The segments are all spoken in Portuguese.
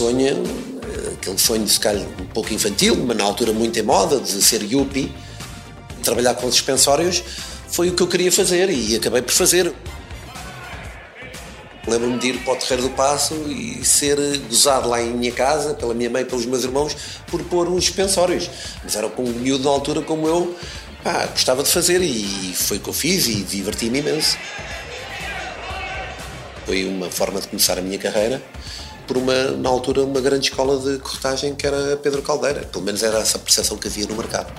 sonho, aquele sonho se calhar um pouco infantil, mas na altura muito em moda, de ser yuppie, trabalhar com os suspensórios, foi o que eu queria fazer e acabei por fazer. Lembro-me de ir para o Terreiro do Paço e ser gozado lá em minha casa, pela minha mãe e pelos meus irmãos, por pôr uns suspensórios. Mas era com um miúdo na altura como eu, gostava de fazer e foi o que eu fiz e diverti-me imenso. Foi uma forma de começar a minha carreira por na altura, uma grande escola de corretagem que era Pedro Caldeira. Pelo menos era essa percepção que havia no mercado.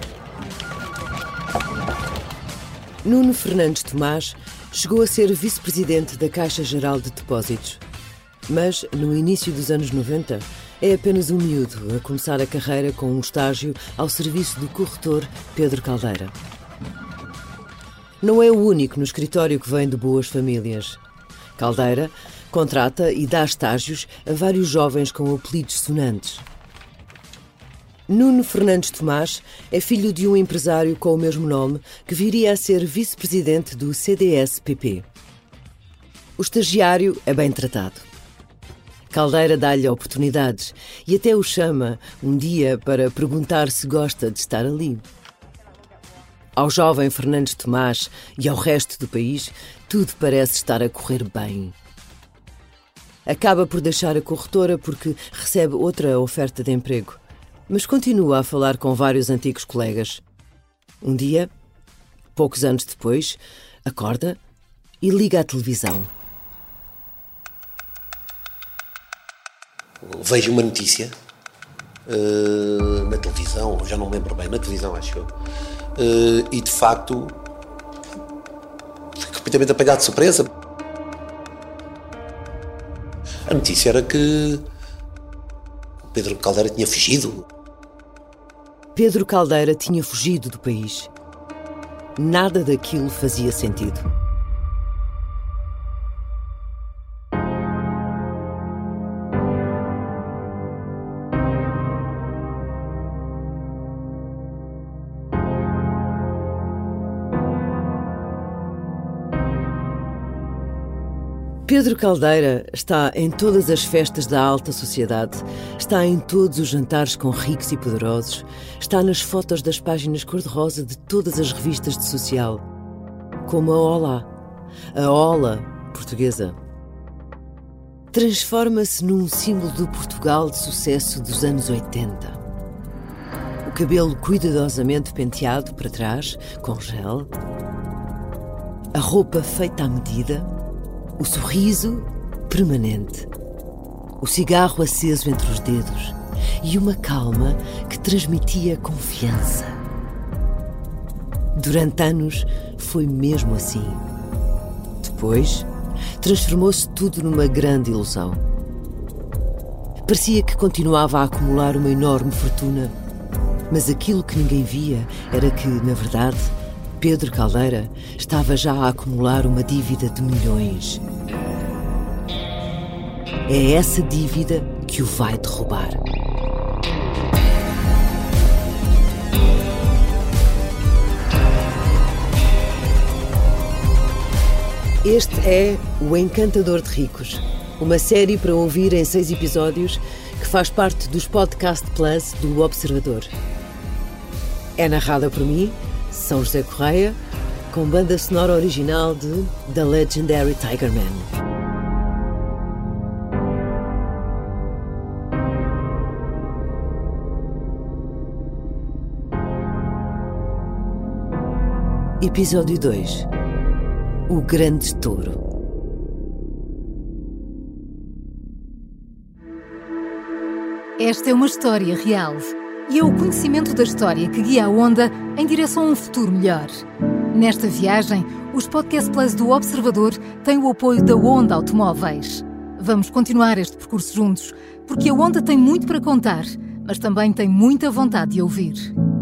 Nuno Fernandes Tomás chegou a ser vice-presidente da Caixa Geral de Depósitos. Mas, no início dos anos 90, é apenas um miúdo a começar a carreira com um estágio ao serviço do corretor Pedro Caldeira. Não é o único no escritório que vem de boas famílias. Caldeira contrata e dá estágios a vários jovens com apelidos sonantes. Nuno Fernandes Tomás é filho de um empresário com o mesmo nome que viria a ser vice-presidente do CDS-PP. O estagiário é bem tratado. Caldeira dá-lhe oportunidades e até o chama um dia para perguntar se gosta de estar ali. Ao jovem Fernandes Tomás e ao resto do país, tudo parece estar a correr bem. Acaba por deixar a corretora porque recebe outra oferta de emprego, mas continua a falar com vários antigos colegas. Um dia, poucos anos depois, acorda e liga à televisão. Vejo uma notícia na televisão, já não me lembro bem, na televisão acho eu, e de facto fico completamente apanhado de surpresa. A notícia era que o Pedro Caldeira tinha fugido. Pedro Caldeira tinha fugido do país. Nada daquilo fazia sentido. Pedro Caldeira está em todas as festas da alta sociedade, está em todos os jantares com ricos e poderosos, está nas fotos das páginas cor-de-rosa de todas as revistas de social, como a Ola portuguesa. Transforma-se num símbolo do Portugal de sucesso dos anos 80. O cabelo cuidadosamente penteado para trás, com gel, a roupa feita à medida, o sorriso permanente, o cigarro aceso entre os dedos e uma calma que transmitia confiança. Durante anos foi mesmo assim. Depois, transformou-se tudo numa grande ilusão. Parecia que continuava a acumular uma enorme fortuna, mas aquilo que ninguém via era que, na verdade, Pedro Caldeira estava já a acumular uma dívida de milhões. É essa dívida que o vai derrubar. Este é O Encantador de Ricos, uma série para ouvir em 6 episódios que faz parte dos Podcast Plus do Observador. É narrada por mim, São José Correia, com banda sonora original de The Legendary Tigerman. Episódio 2. O Grande Touro. Esta é uma história real e é o conhecimento da história que guia a Onda em direção a um futuro melhor. Nesta viagem, os Podcast Plus do Observador têm o apoio da Onda Automóveis. Vamos continuar este percurso juntos, porque a Onda tem muito para contar, mas também tem muita vontade de ouvir.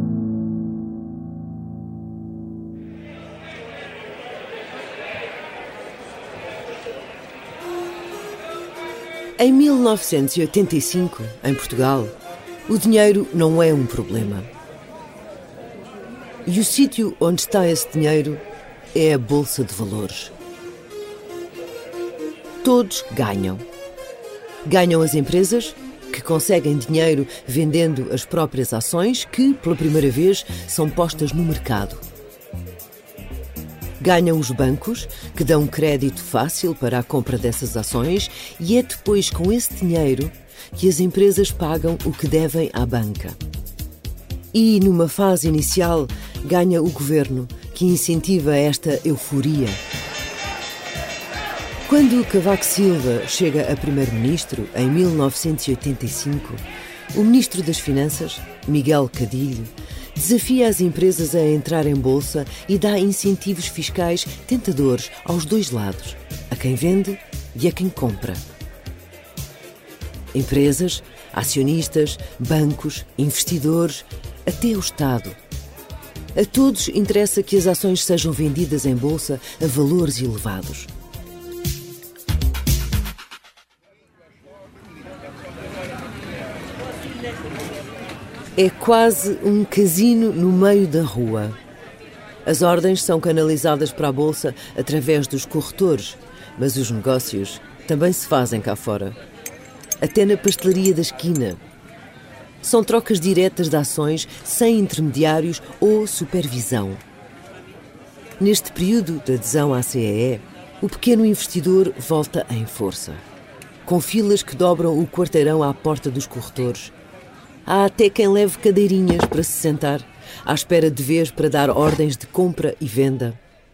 Em 1985, em Portugal, o dinheiro não é um problema. E o sítio onde está esse dinheiro é a Bolsa de Valores. Todos ganham. Ganham as empresas, que que conseguem dinheiro vendendo as próprias ações que, pela primeira vez, são postas no mercado. Ganham os bancos, que dão crédito fácil para a compra dessas ações, e é depois com esse dinheiro que as empresas pagam o que devem à banca. E, numa fase inicial, ganha o governo, que incentiva esta euforia. Quando Cavaco Silva chega a primeiro-ministro, em 1985, o ministro das Finanças, Miguel Cadilho, desafia as empresas a entrar em bolsa e dá incentivos fiscais tentadores aos dois lados, a quem vende e a quem compra. Empresas, acionistas, bancos, investidores, até o Estado. A todos interessa que as ações sejam vendidas em bolsa a valores elevados. É quase um casino no meio da rua. As ordens são canalizadas para a bolsa através dos corretores, mas os negócios também se fazem cá fora. Até na pastelaria da esquina. São trocas diretas de ações sem intermediários ou supervisão. Neste período de adesão à CEE, o pequeno investidor volta em força, com filas que dobram o quarteirão à porta dos corretores. Há até quem leve cadeirinhas para se sentar, à espera de vez para dar ordens de compra e venda.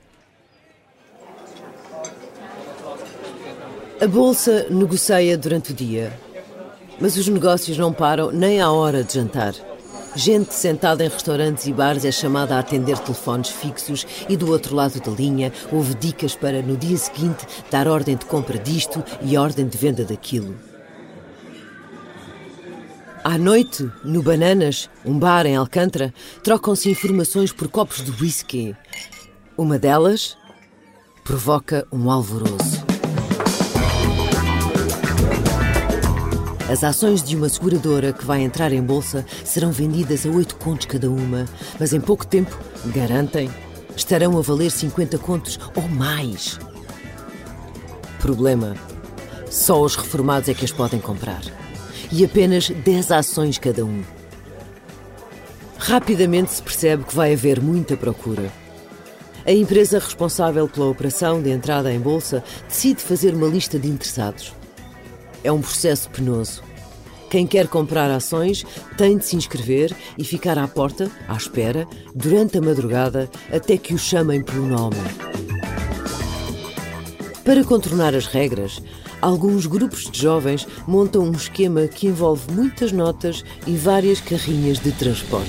A bolsa negocia durante o dia, mas os negócios não param nem à hora de jantar. Gente sentada em restaurantes e bares é chamada a atender telefones fixos e do outro lado da linha houve dicas para, no dia seguinte, dar ordem de compra disto e ordem de venda daquilo. À noite, no Bananas, um bar em Alcântara, trocam-se informações por copos de whisky. Uma delas provoca um alvoroço. As ações de uma seguradora que vai entrar em bolsa serão vendidas a 8 contos cada uma, mas em pouco tempo, garantem, estarão a valer 50 contos ou mais. Problema: só os reformados é que as podem comprar. E apenas 10 ações cada um. Rapidamente se percebe que vai haver muita procura. A empresa responsável pela operação de entrada em bolsa decide fazer uma lista de interessados. É um processo penoso. Quem quer comprar ações tem de se inscrever e ficar à porta, à espera, durante a madrugada, até que o chamem pelo nome. Para contornar as regras, alguns grupos de jovens montam um esquema que envolve muitas notas e várias carrinhas de transporte.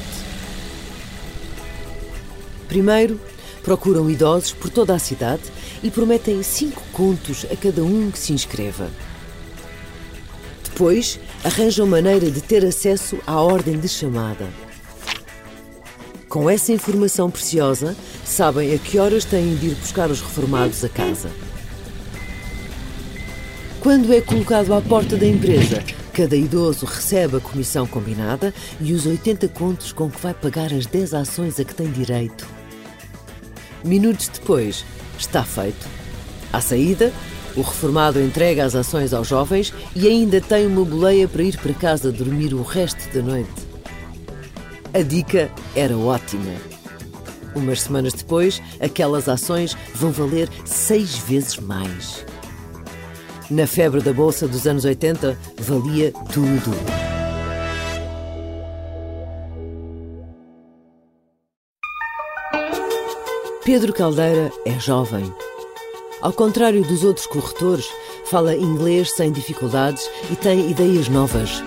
Primeiro, procuram idosos por toda a cidade e prometem 5 contos a cada um que se inscreva. Depois, arranjam maneira de ter acesso à ordem de chamada. Com essa informação preciosa, sabem a que horas têm de ir buscar os reformados a casa. Quando é colocado à porta da empresa, cada idoso recebe a comissão combinada e os 80 contos com que vai pagar as 10 ações a que tem direito. Minutos depois, está feito. À saída, o reformado entrega as ações aos jovens e ainda tem uma boleia para ir para casa dormir o resto da noite. A dica era ótima. Umas semanas depois, aquelas ações vão valer 6 vezes mais. Na febre da bolsa dos anos 80, valia tudo. Pedro Caldeira é jovem. Ao contrário dos outros corretores, fala inglês sem dificuldades e tem ideias novas.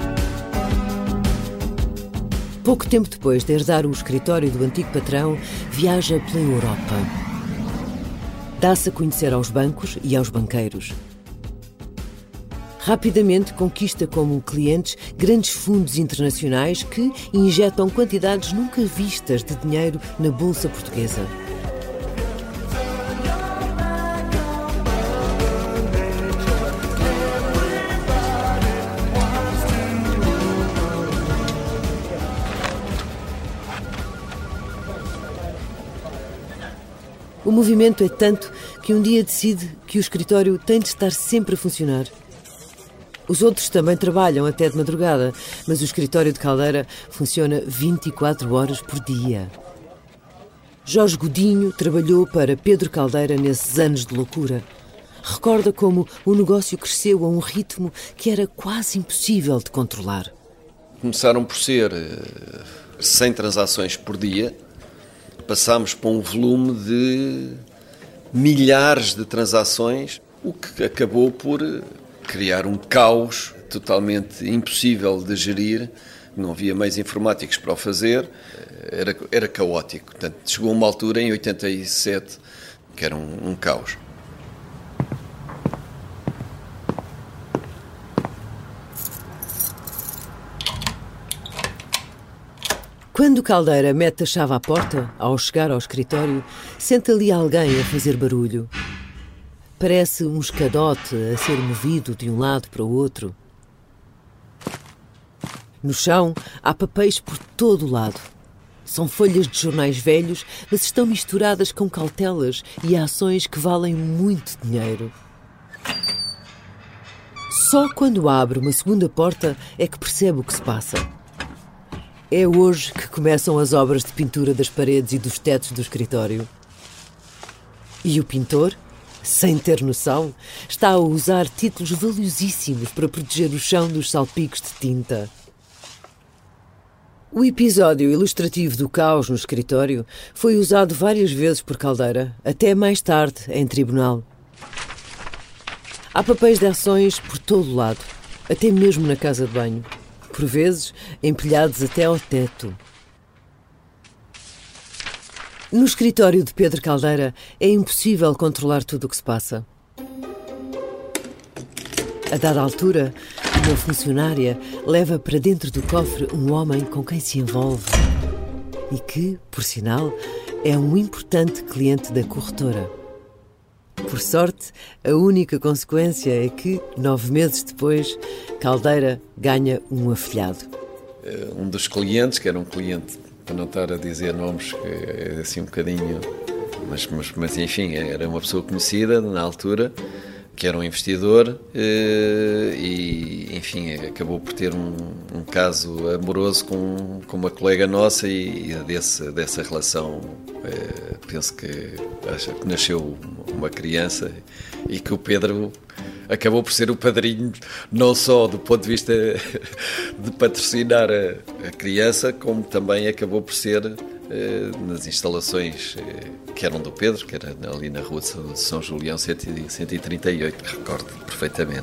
Pouco tempo depois de herdar o escritório do antigo patrão, viaja pela Europa. Dá-se a conhecer aos bancos e aos banqueiros. Rapidamente conquista como clientes grandes fundos internacionais que injetam quantidades nunca vistas de dinheiro na Bolsa Portuguesa. O movimento é tanto que um dia decide que o escritório tem de estar sempre a funcionar. Os outros também trabalham até de madrugada, mas o escritório de Caldeira funciona 24 horas por dia. Jorge Godinho trabalhou para Pedro Caldeira nesses anos de loucura. Recorda como o negócio cresceu a um ritmo que era quase impossível de controlar. Começaram por ser 100 transações por dia, passámos para um volume de milhares de transações, o que acabou por criar um caos totalmente impossível de gerir. Não havia meios informáticos para o fazer, era caótico. Portanto, chegou a uma altura, em 87, que era um caos. Quando Caldeira mete a chave à porta, ao chegar ao escritório, sente ali alguém a fazer barulho. Parece um escadote a ser movido de um lado para o outro. No chão, há papéis por todo o lado. São folhas de jornais velhos, mas estão misturadas com cautelas e ações que valem muito dinheiro. Só quando abre uma segunda porta é que percebe o que se passa. É hoje que começam as obras de pintura das paredes e dos tetos do escritório. E o pintor, sem ter noção, está a usar títulos valiosíssimos para proteger o chão dos salpicos de tinta. O episódio ilustrativo do caos no escritório foi usado várias vezes por Caldeira, até mais tarde, em tribunal. Há papéis de ações por todo o lado, até mesmo na casa de banho, por vezes empilhados até ao teto. No escritório de Pedro Caldeira é impossível controlar tudo o que se passa. A dada altura, uma funcionária leva para dentro do cofre um homem com quem se envolve e que, por sinal, é um importante cliente da corretora. Por sorte, a única consequência é que, 9 meses depois, Caldeira ganha um afilhado. Um dos clientes, que era um cliente, para não estar a dizer nomes, que é assim um bocadinho... Mas enfim, era uma pessoa conhecida na altura, que era um investidor e, enfim, acabou por ter um caso amoroso com uma colega nossa e dessa relação penso que nasceu uma criança e que o Pedro acabou por ser o padrinho, não só do ponto de vista de patrocinar a criança, como também acabou por ser nas instalações que eram do Pedro, que era ali na rua de São Julião 138, recordo perfeitamente.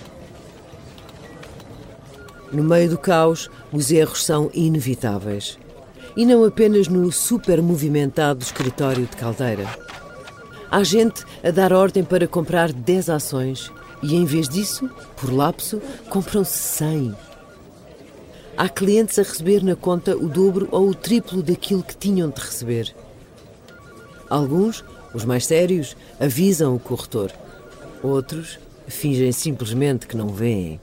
No meio do caos, os erros são inevitáveis. E não apenas no super movimentado escritório de Caldeira. Há gente a dar ordem para comprar 10 ações e, em vez disso, por lapso, compram-se 100. Há clientes a receber na conta o dobro ou o triplo daquilo que tinham de receber. Alguns, os mais sérios, avisam o corretor. Outros fingem simplesmente que não veem.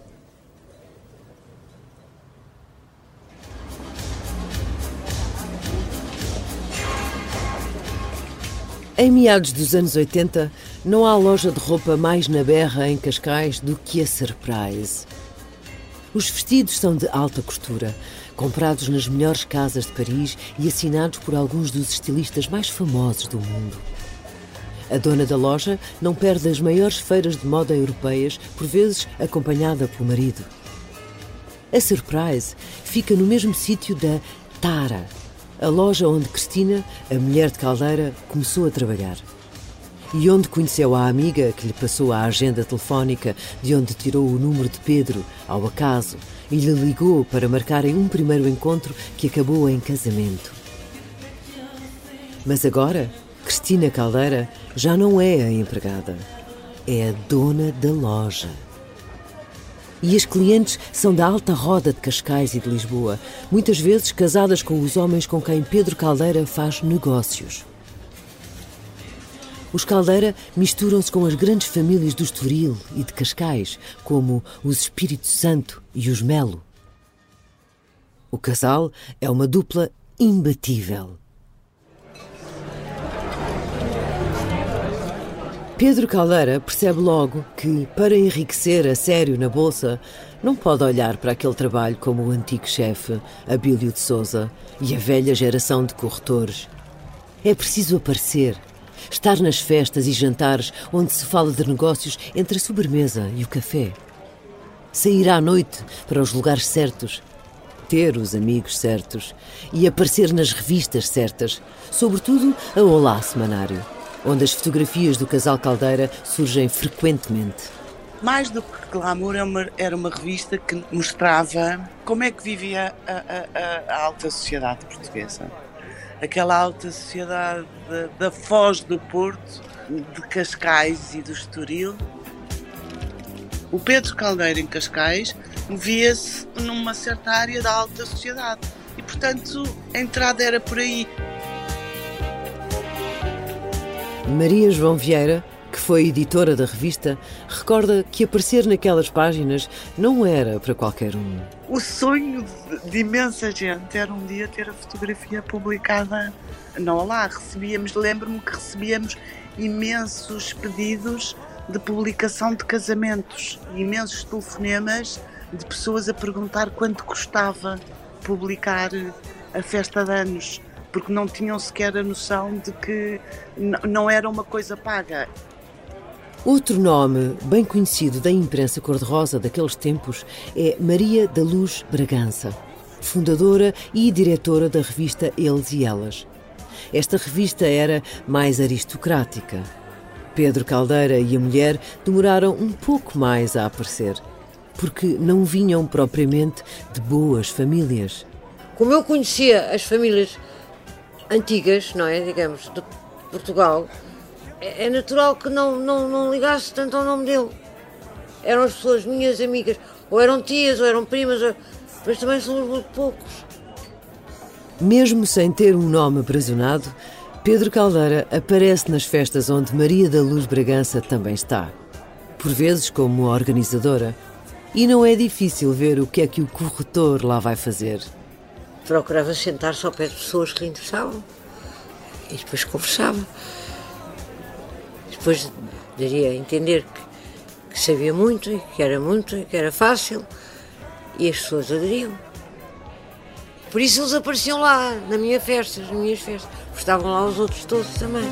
Em meados dos anos 80, não há loja de roupa mais na berra em Cascais do que a Surprise. Os vestidos são de alta costura, comprados nas melhores casas de Paris e assinados por alguns dos estilistas mais famosos do mundo. A dona da loja não perde as maiores feiras de moda europeias, por vezes acompanhada pelo marido. A Surprise fica no mesmo sítio da Tara, a loja onde Cristina, a mulher de Caldeira, começou a trabalhar. E onde conheceu a amiga que lhe passou a agenda telefónica, de onde tirou o número de Pedro, ao acaso, e lhe ligou para marcarem um primeiro encontro que acabou em casamento. Mas agora, Cristina Caldeira já não é a empregada, é a dona da loja. E as clientes são da alta roda de Cascais e de Lisboa, muitas vezes casadas com os homens com quem Pedro Caldeira faz negócios. Os Caldeira misturam-se com as grandes famílias do Estoril e de Cascais, como os Espírito Santo e os Melo. O casal é uma dupla imbatível. Pedro Caldeira percebe logo que, para enriquecer a sério na Bolsa, não pode olhar para aquele trabalho como o antigo chefe, Abílio de Sousa, e a velha geração de corretores. É preciso aparecer, estar nas festas e jantares onde se fala de negócios entre a sobremesa e o café. Sair à noite para os lugares certos, ter os amigos certos e aparecer nas revistas certas, sobretudo a Olá Semanário, onde as fotografias do casal Caldeira surgem frequentemente. Mais do que glamour, era uma revista que mostrava como é que vivia a alta sociedade portuguesa. Aquela alta sociedade da Foz do Porto, de Cascais e do Estoril. O Pedro Caldeira em Cascais movia-se numa certa área da alta sociedade e, portanto, a entrada era por aí. Maria João Vieira, que foi editora da revista, recorda que aparecer naquelas páginas não era para qualquer um. O sonho de imensa gente era um dia ter a fotografia publicada na Olá. Lembro-me que recebíamos imensos pedidos de publicação de casamentos, imensos telefonemas de pessoas a perguntar quanto custava publicar a festa de anos, porque não tinham sequer a noção de que não era uma coisa paga. Outro nome bem conhecido da imprensa cor-de-rosa daqueles tempos é Maria da Luz Bragança, fundadora e diretora da revista Eles e Elas. Esta revista era mais aristocrática. Pedro Caldeira e a mulher demoraram um pouco mais a aparecer, porque não vinham propriamente de boas famílias. Como eu conhecia as famílias antigas, não é, digamos, de Portugal, é natural que não ligasse tanto ao nome dele. Eram as pessoas minhas amigas, ou eram tias, ou eram primas, mas também somos muito poucos. Mesmo sem ter um nome abrasionado, Pedro Caldeira aparece nas festas onde Maria da Luz Bragança também está, por vezes como organizadora, e não é difícil ver o que é que o corretor lá vai fazer. Procurava sentar-se ao pé de pessoas que lhe interessavam e depois conversava. Depois daria a entender que sabia muito e que era fácil, e as pessoas aderiam. Por isso eles apareciam lá, nas minhas festas. Estavam lá os outros todos também.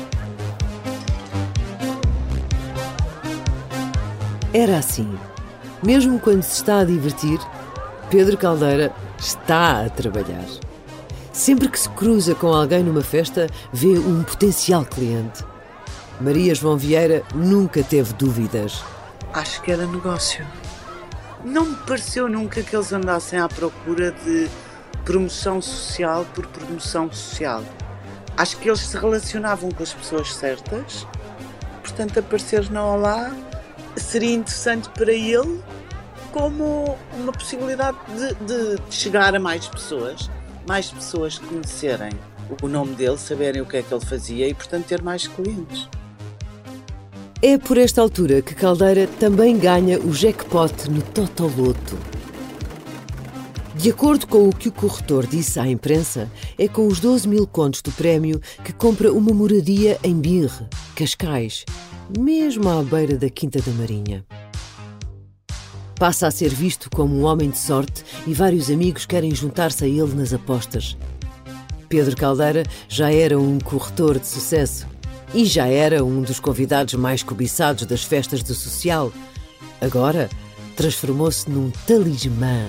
Era assim. Mesmo quando se está a divertir, Pedro Caldeira está a trabalhar. Sempre que se cruza com alguém numa festa, vê um potencial cliente. Maria João Vieira nunca teve dúvidas. Acho que era negócio. Não me pareceu nunca que eles andassem à procura de promoção social por promoção social. Acho que eles se relacionavam com as pessoas certas, portanto aparecer na Olá seria interessante para ele como uma possibilidade de chegar a mais pessoas conhecerem o nome dele, saberem o que é que ele fazia e, portanto, ter mais clientes. É por esta altura que Caldeira também ganha o jackpot no Totoloto. De acordo com o que o corretor disse à imprensa, é com os 12 mil contos do prémio que compra uma moradia em Birre, Cascais, mesmo à beira da Quinta da Marinha. Passa a ser visto como um homem de sorte e vários amigos querem juntar-se a ele nas apostas. Pedro Caldeira já era um corretor de sucesso e já era um dos convidados mais cobiçados das festas do social. Agora transformou-se num talismã.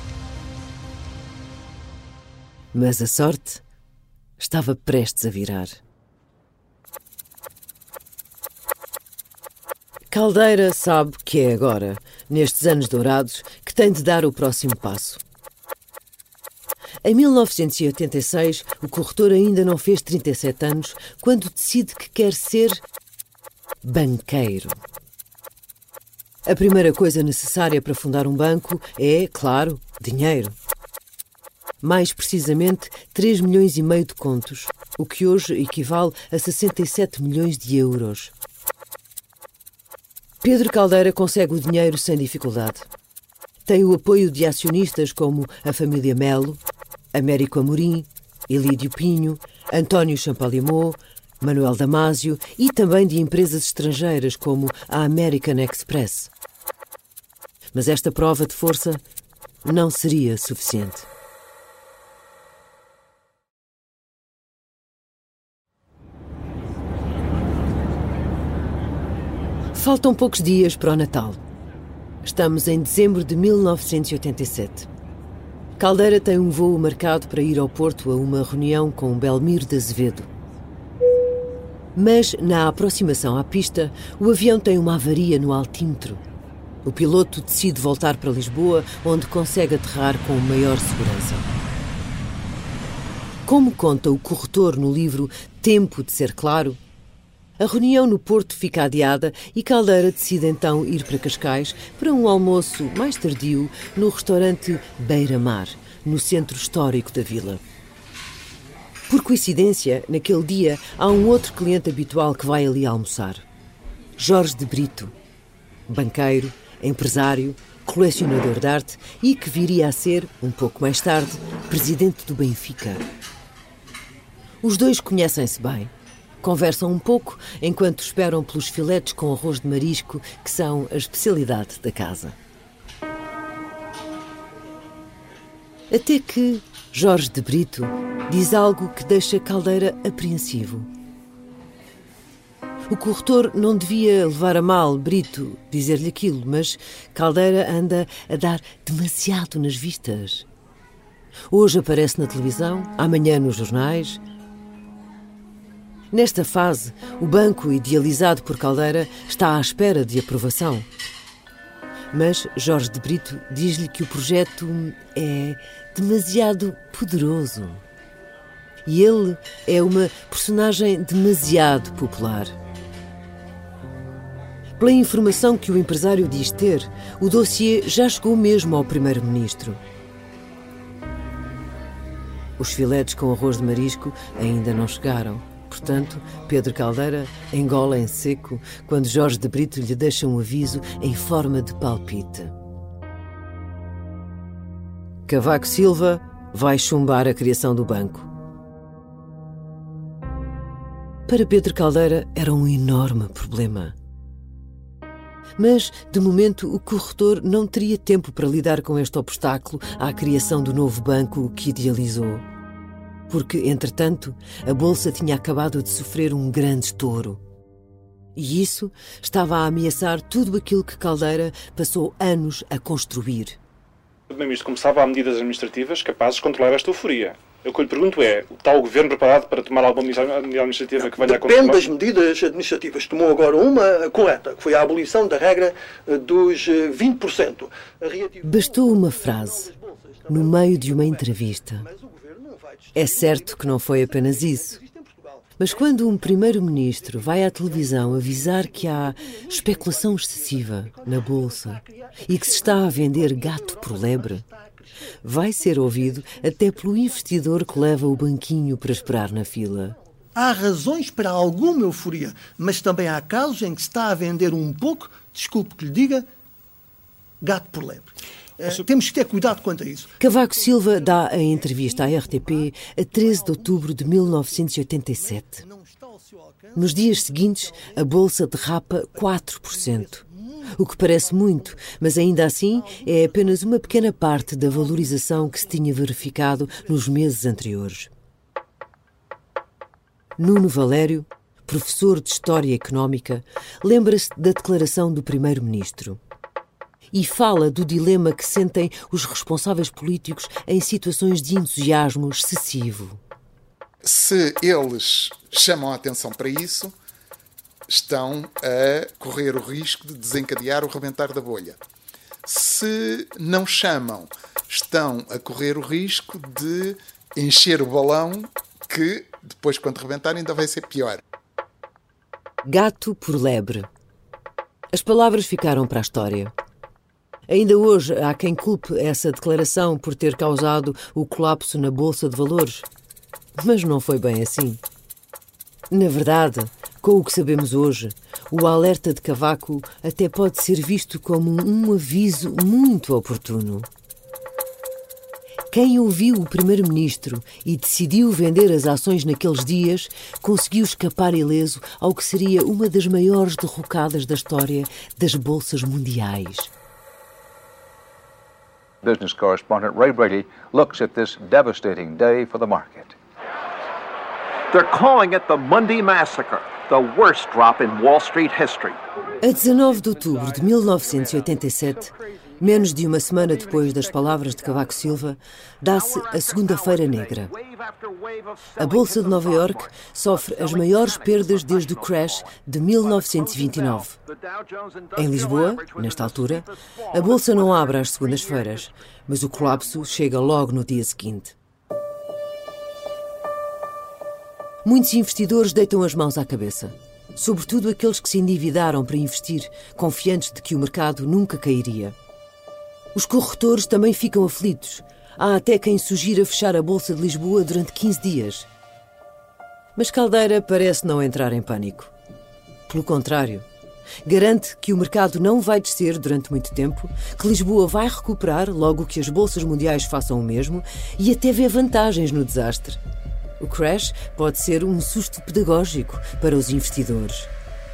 Mas a sorte estava prestes a virar. Caldeira sabe que é agora, nestes anos dourados, que tem de dar o próximo passo. Em 1986, o corretor ainda não fez 37 anos quando decide que quer ser banqueiro. A primeira coisa necessária para fundar um banco é, claro, dinheiro. Mais precisamente, 3,5 milhões de contos, o que hoje equivale a 67 milhões de euros. Pedro Caldeira consegue o dinheiro sem dificuldade. Tem o apoio de acionistas como a família Melo, Américo Amorim, Elídio Pinho, António Champalimaud, Manuel Damasio e também de empresas estrangeiras como a American Express. Mas esta prova de força não seria suficiente. Faltam poucos dias para o Natal. Estamos em dezembro de 1987. Caldeira tem um voo marcado para ir ao Porto a uma reunião com Belmiro de Azevedo. Mas, na aproximação à pista, o avião tem uma avaria no altímetro. O piloto decide voltar para Lisboa, onde consegue aterrar com maior segurança. Como conta o corretor no livro Tempo de Ser Claro, a reunião no Porto fica adiada e Caldeira decide então ir para Cascais para um almoço mais tardio no restaurante Beira-Mar, no centro histórico da vila. Por coincidência, naquele dia, há um outro cliente habitual que vai ali almoçar. Jorge de Brito, banqueiro, empresário, colecionador de arte e que viria a ser, um pouco mais tarde, presidente do Benfica. Os dois conhecem-se bem. Conversam um pouco enquanto esperam pelos filetes com arroz de marisco, que são a especialidade da casa. Até que Jorge de Brito diz algo que deixa Caldeira apreensivo. O corretor não devia levar a mal Brito dizer-lhe aquilo, mas Caldeira anda a dar demasiado nas vistas. Hoje aparece na televisão, amanhã nos jornais. Nesta fase, o banco idealizado por Caldeira está à espera de aprovação. Mas Jorge de Brito diz-lhe que o projeto é demasiado poderoso. E ele é uma personagem demasiado popular. Pela informação que o empresário diz ter, o dossiê já chegou mesmo ao primeiro-ministro. Os filetes com arroz de marisco ainda não chegaram. Portanto, Pedro Caldeira engola em seco quando Jorge de Brito lhe deixa um aviso em forma de palpite. Cavaco Silva vai chumbar a criação do banco. Para Pedro Caldeira era um enorme problema. Mas, de momento, o corretor não teria tempo para lidar com este obstáculo à criação do novo banco que idealizou. Porque, entretanto, a Bolsa tinha acabado de sofrer um grande estouro. E isso estava a ameaçar tudo aquilo que Caldeira passou anos a construir. O Primeiro-Ministro começava a medidas administrativas capazes de controlar esta euforia. O que eu lhe pergunto é, está o Governo preparado para tomar alguma medida administrativa que venha a controlar? Depende das medidas administrativas. Tomou agora uma correta, que foi a abolição da regra dos 20%. Bastou uma frase, no meio de uma entrevista. É certo que não foi apenas isso. Mas quando um primeiro-ministro vai à televisão avisar que há especulação excessiva na Bolsa e que se está a vender gato por lebre, vai ser ouvido até pelo investidor que leva o banquinho para esperar na fila. Há razões para alguma euforia, mas também há casos em que se está a vender um pouco, desculpe que lhe diga, gato por lebre. Temos que ter cuidado quanto a isso. Cavaco Silva dá a entrevista à RTP a 13 de outubro de 1987. Nos dias seguintes, a Bolsa derrapa 4%. O que parece muito, mas ainda assim é apenas uma pequena parte da valorização que se tinha verificado nos meses anteriores. Nuno Valério, professor de História Económica, lembra-se da declaração do Primeiro-Ministro. E fala do dilema que sentem os responsáveis políticos em situações de entusiasmo excessivo. Se eles chamam a atenção para isso, estão a correr o risco de desencadear o rebentar da bolha. Se não chamam, estão a correr o risco de encher o balão que, depois, quando rebentar, ainda vai ser pior. Gato por lebre. As palavras ficaram para a história. Ainda hoje há quem culpe essa declaração por ter causado o colapso na Bolsa de Valores. Mas não foi bem assim. Na verdade, com o que sabemos hoje, o alerta de Cavaco até pode ser visto como um aviso muito oportuno. Quem ouviu o primeiro-ministro e decidiu vender as ações naqueles dias conseguiu escapar ileso ao que seria uma das maiores derrocadas da história das bolsas mundiais. Business correspondent Ray Brady looks at this devastating day for the market. They're calling it the Monday Massacre, the worst drop in Wall Street history. A 19 de outubro de 1987, menos de uma semana depois das palavras de Cavaco Silva, dá-se a Segunda-feira Negra. A Bolsa de Nova Iorque sofre as maiores perdas desde o crash de 1929. Em Lisboa, nesta altura, a Bolsa não abre às segundas-feiras, mas o colapso chega logo no dia seguinte. Muitos investidores deitam as mãos à cabeça, sobretudo aqueles que se endividaram para investir, confiantes de que o mercado nunca cairia. Os corretores também ficam aflitos. Há até quem sugira fechar a Bolsa de Lisboa durante 15 dias. Mas Caldeira parece não entrar em pânico. Pelo contrário, garante que o mercado não vai descer durante muito tempo, que Lisboa vai recuperar logo que as bolsas mundiais façam o mesmo e até vê vantagens no desastre. O crash pode ser um susto pedagógico para os investidores.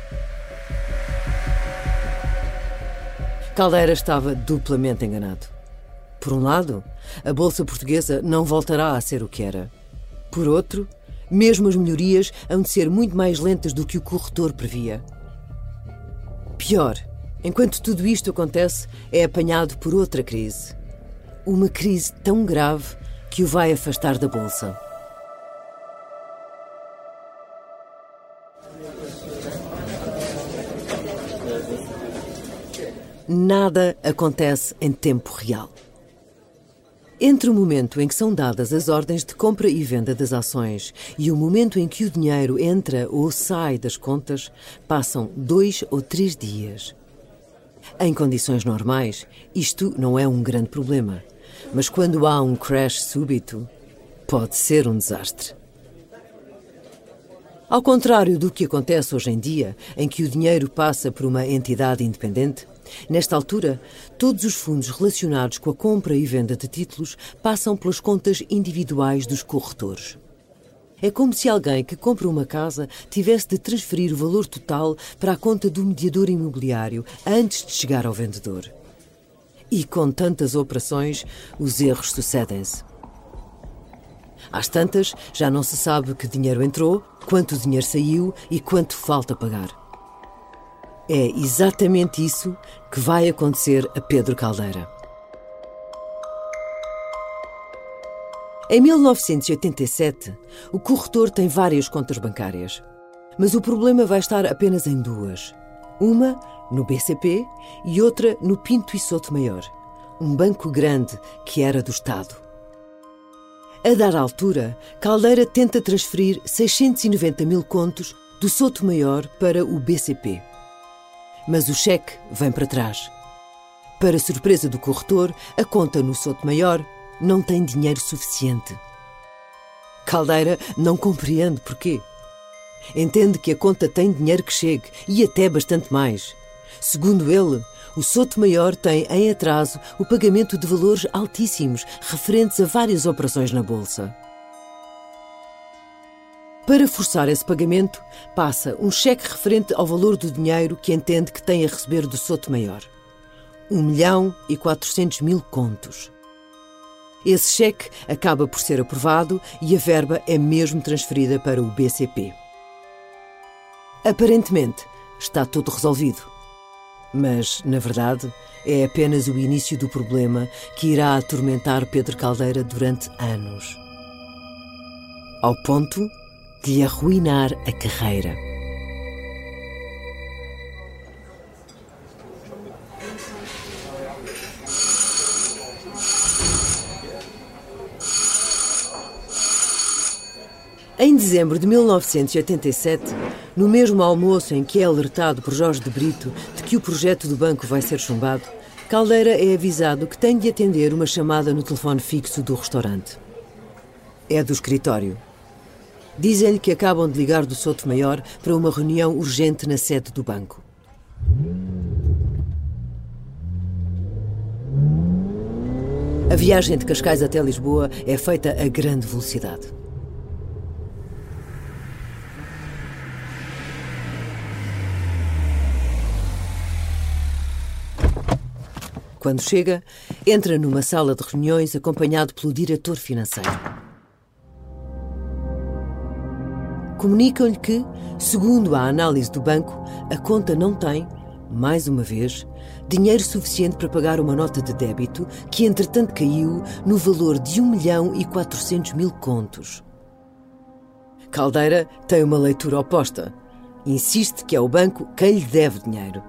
Caldeira estava duplamente enganado. Por um lado, a Bolsa Portuguesa não voltará a ser o que era. Por outro, mesmo as melhorias hão de ser muito mais lentas do que o corretor previa. Pior, enquanto tudo isto acontece, é apanhado por outra crise. Uma crise tão grave que o vai afastar da Bolsa. Nada acontece em tempo real. Entre o momento em que são dadas as ordens de compra e venda das ações e o momento em que o dinheiro entra ou sai das contas, passam 2 ou 3 dias. Em condições normais, isto não é um grande problema, mas quando há um crash súbito, pode ser um desastre. Ao contrário do que acontece hoje em dia, em que o dinheiro passa por uma entidade independente, nesta altura, todos os fundos relacionados com a compra e venda de títulos passam pelas contas individuais dos corretores. É como se alguém que compra uma casa tivesse de transferir o valor total para a conta do mediador imobiliário antes de chegar ao vendedor. E com tantas operações, os erros sucedem-se. Às tantas, já não se sabe que dinheiro entrou, quanto dinheiro saiu e quanto falta pagar. É exatamente isso que vai acontecer a Pedro Caldeira. Em 1987, o corretor tem várias contas bancárias, mas o problema vai estar apenas em 2. Uma no BCP e outra no Pinto e Souto Maior, um banco grande que era do Estado. A dada altura, Caldeira tenta transferir 690 mil contos do Souto Maior para o BCP. Mas o cheque vem para trás. Para surpresa do corretor, a conta no Souto Maior não tem dinheiro suficiente. Caldeira não compreende porquê. Entende que a conta tem dinheiro que chegue e até bastante mais. Segundo ele, o Souto Maior tem em atraso o pagamento de valores altíssimos referentes a várias operações na Bolsa. Para forçar esse pagamento, passa um cheque referente ao valor do dinheiro que entende que tem a receber do Souto Maior. 1.400.000 contos. Esse cheque acaba por ser aprovado e a verba é mesmo transferida para o BCP. Aparentemente, está tudo resolvido. Mas, na verdade, é apenas o início do problema que irá atormentar Pedro Caldeira durante anos. Ao ponto de lhe arruinar a carreira. Em dezembro de 1987, no mesmo almoço em que é alertado por Jorge de Brito de que o projeto do banco vai ser chumbado, Caldeira é avisado que tem de atender uma chamada no telefone fixo do restaurante. É do escritório. Dizem-lhe que acabam de ligar do Souto Maior para uma reunião urgente na sede do banco. A viagem de Cascais até Lisboa é feita a grande velocidade. Quando chega, entra numa sala de reuniões acompanhado pelo diretor financeiro. Comunicam-lhe que, segundo a análise do banco, a conta não tem, mais uma vez, dinheiro suficiente para pagar uma nota de débito que, entretanto, caiu no valor de 1.400.000 contos. Caldeira tem uma leitura oposta. Insiste que é o banco quem lhe deve dinheiro.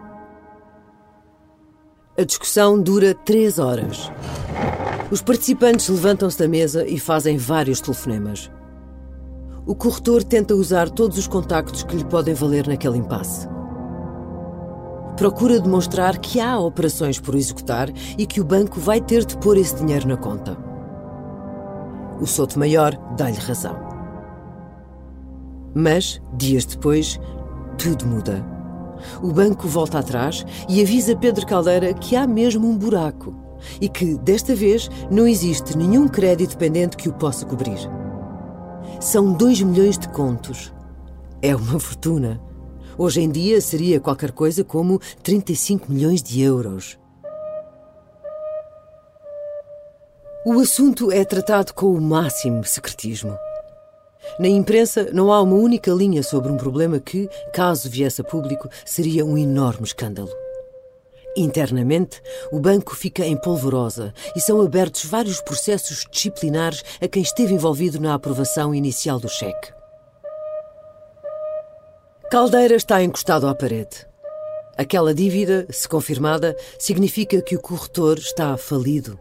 A discussão dura 3 horas. Os participantes levantam-se da mesa e fazem vários telefonemas. O corretor tenta usar todos os contactos que lhe podem valer naquele impasse. Procura demonstrar que há operações por executar e que o banco vai ter de pôr esse dinheiro na conta. O Soutomaior dá-lhe razão. Mas, dias depois, tudo muda. O banco volta atrás e avisa Pedro Caldeira que há mesmo um buraco e que, desta vez, não existe nenhum crédito pendente que o possa cobrir. São 2 milhões de contos. É uma fortuna. Hoje em dia seria qualquer coisa como 35 milhões de euros. O assunto é tratado com o máximo secretismo. Na imprensa não há uma única linha sobre um problema que, caso viesse a público, seria um enorme escândalo. Internamente, o banco fica em polvorosa e são abertos vários processos disciplinares a quem esteve envolvido na aprovação inicial do cheque. Caldeira está encostado à parede. Aquela dívida, se confirmada, significa que o corretor está falido.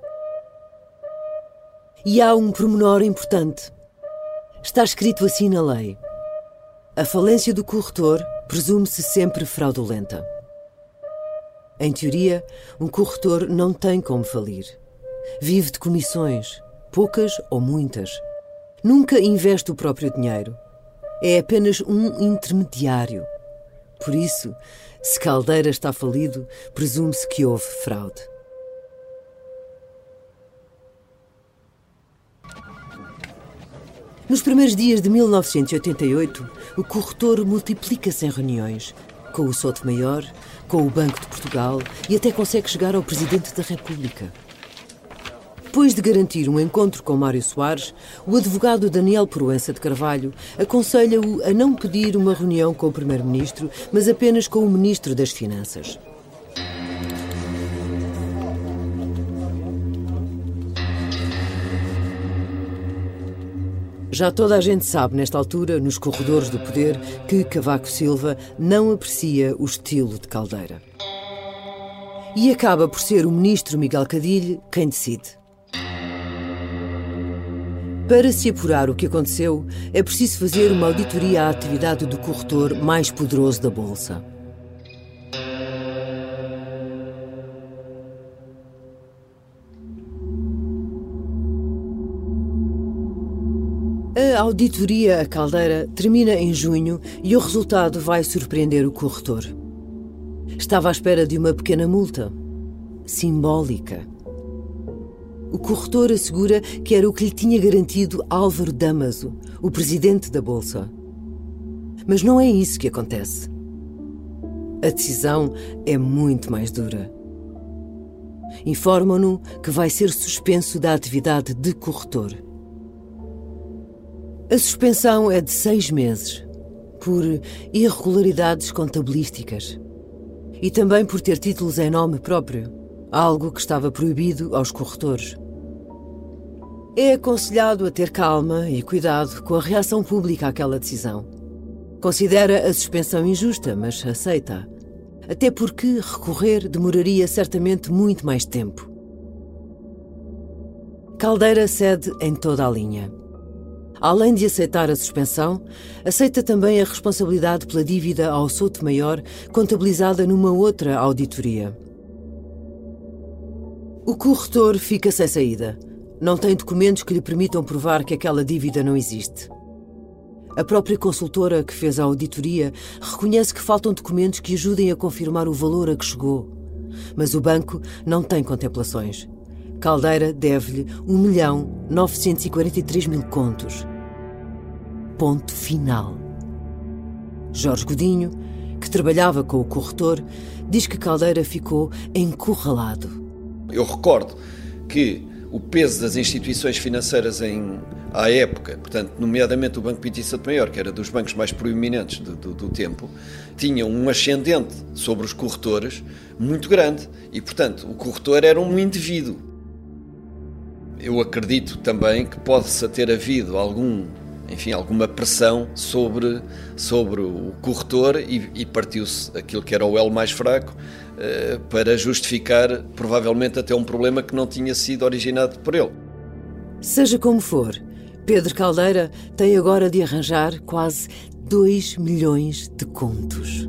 E há um pormenor importante. Está escrito assim na lei. A falência do corretor presume-se sempre fraudulenta. Em teoria, um corretor não tem como falir. Vive de comissões, poucas ou muitas. Nunca investe o próprio dinheiro. É apenas um intermediário. Por isso, se Caldeira está falido, presume-se que houve fraude. Nos primeiros dias de 1988, o corretor multiplica-se em reuniões, com o Soutomaior, com o Banco de Portugal e até consegue chegar ao Presidente da República. Depois de garantir um encontro com Mário Soares, o advogado Daniel Proença de Carvalho aconselha-o a não pedir uma reunião com o Primeiro-Ministro, mas apenas com o Ministro das Finanças. Já toda a gente sabe, nesta altura, nos corredores do poder, que Cavaco Silva não aprecia o estilo de Caldeira. E acaba por ser o ministro Miguel Cadilho quem decide. Para se apurar o que aconteceu, é preciso fazer uma auditoria à atividade do corretor mais poderoso da Bolsa. A auditoria a Caldeira termina em junho e o resultado vai surpreender o corretor. Estava à espera de uma pequena multa. Simbólica. O corretor assegura que era o que lhe tinha garantido Álvaro Damaso, o presidente da Bolsa. Mas não é isso que acontece. A decisão é muito mais dura. Informam-no que vai ser suspenso da atividade de corretor. A suspensão é de 6 meses, por irregularidades contabilísticas e também por ter títulos em nome próprio, algo que estava proibido aos corretores. É aconselhado a ter calma e cuidado com a reação pública àquela decisão. Considera a suspensão injusta, mas aceita, até porque recorrer demoraria certamente muito mais tempo. Caldeira cede em toda a linha. Além de aceitar a suspensão, aceita também a responsabilidade pela dívida ao Soutomaior, contabilizada numa outra auditoria. O corretor fica sem saída. Não tem documentos que lhe permitam provar que aquela dívida não existe. A própria consultora que fez a auditoria reconhece que faltam documentos que ajudem a confirmar o valor a que chegou. Mas o banco não tem contemplações. Caldeira deve-lhe 1.943.000 contos. Ponto final. Jorge Godinho, que trabalhava com o corretor, diz que Caldeira ficou encurralado. Eu recordo que o peso das instituições financeiras à época, portanto, nomeadamente o Banco Pinto e Santo Maior, que era dos bancos mais proeminentes do tempo, tinha um ascendente sobre os corretores muito grande e, portanto, o corretor era um indivíduo. Eu acredito também que possa ter havido alguma pressão sobre o corretor e partiu-se aquilo que era o elo mais fraco para justificar, provavelmente, até um problema que não tinha sido originado por ele. Seja como for, Pedro Caldeira tem agora de arranjar quase 2 milhões de contos.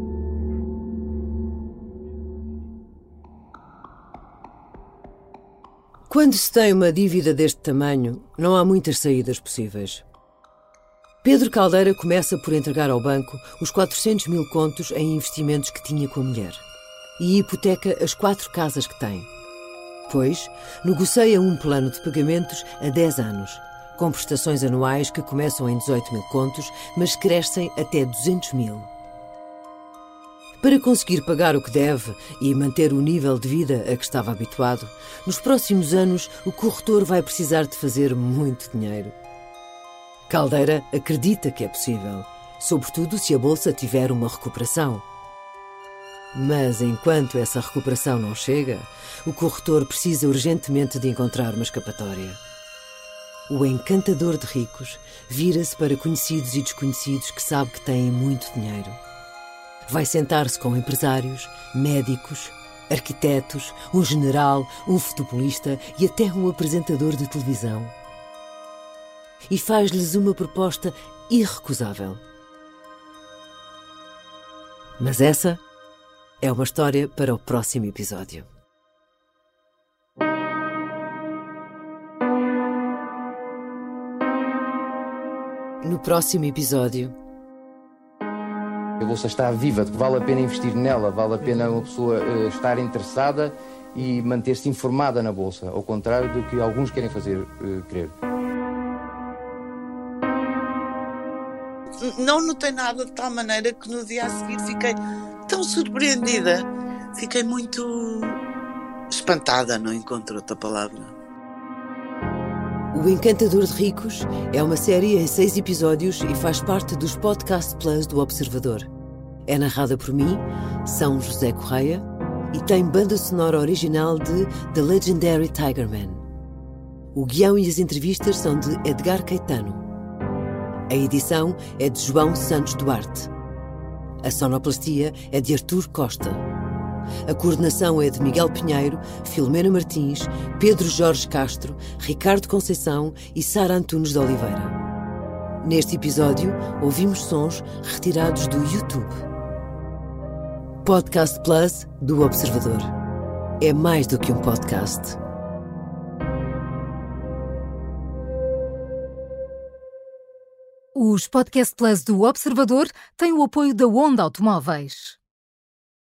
Quando se tem uma dívida deste tamanho, não há muitas saídas possíveis. Pedro Caldeira começa por entregar ao banco os 400.000 contos em investimentos que tinha com a mulher e hipoteca as 4 casas que tem. Depois, negocia um plano de pagamentos a 10 anos, com prestações anuais que começam em 18.000 contos, mas crescem até 200.000. Para conseguir pagar o que deve e manter o nível de vida a que estava habituado, nos próximos anos o corretor vai precisar de fazer muito dinheiro. Caldeira acredita que é possível, sobretudo se a bolsa tiver uma recuperação. Mas enquanto essa recuperação não chega, o corretor precisa urgentemente de encontrar uma escapatória. O encantador de ricos vira-se para conhecidos e desconhecidos que sabe que têm muito dinheiro. Vai sentar-se com empresários, médicos, arquitetos, um general, um futebolista e até um apresentador de televisão. E faz-lhes uma proposta irrecusável. Mas essa é uma história para o próximo episódio. No próximo episódio... A Bolsa está viva, vale a pena investir nela, vale a pena uma pessoa estar interessada e manter-se informada na Bolsa, ao contrário do que alguns querem fazer crer. Não notei nada de tal maneira que no dia a seguir fiquei tão surpreendida. Fiquei muito espantada, não encontro outra palavra. O Encantador de Ricos é uma série em 6 episódios e faz parte dos Podcast Plus do Observador. É narrada por mim, São José Correia, e tem banda sonora original de The Legendary Tigerman. O guião e as entrevistas são de Edgar Caetano. A edição é de João Santos Duarte. A sonoplastia é de Artur Costa. A coordenação é de Miguel Pinheiro, Filomena Martins, Pedro Jorge Castro, Ricardo Conceição e Sara Antunes de Oliveira. Neste episódio, ouvimos sons retirados do YouTube. Podcast Plus do Observador. É mais do que um podcast. Os Podcast Plus do Observador têm o apoio da Onda Automóveis.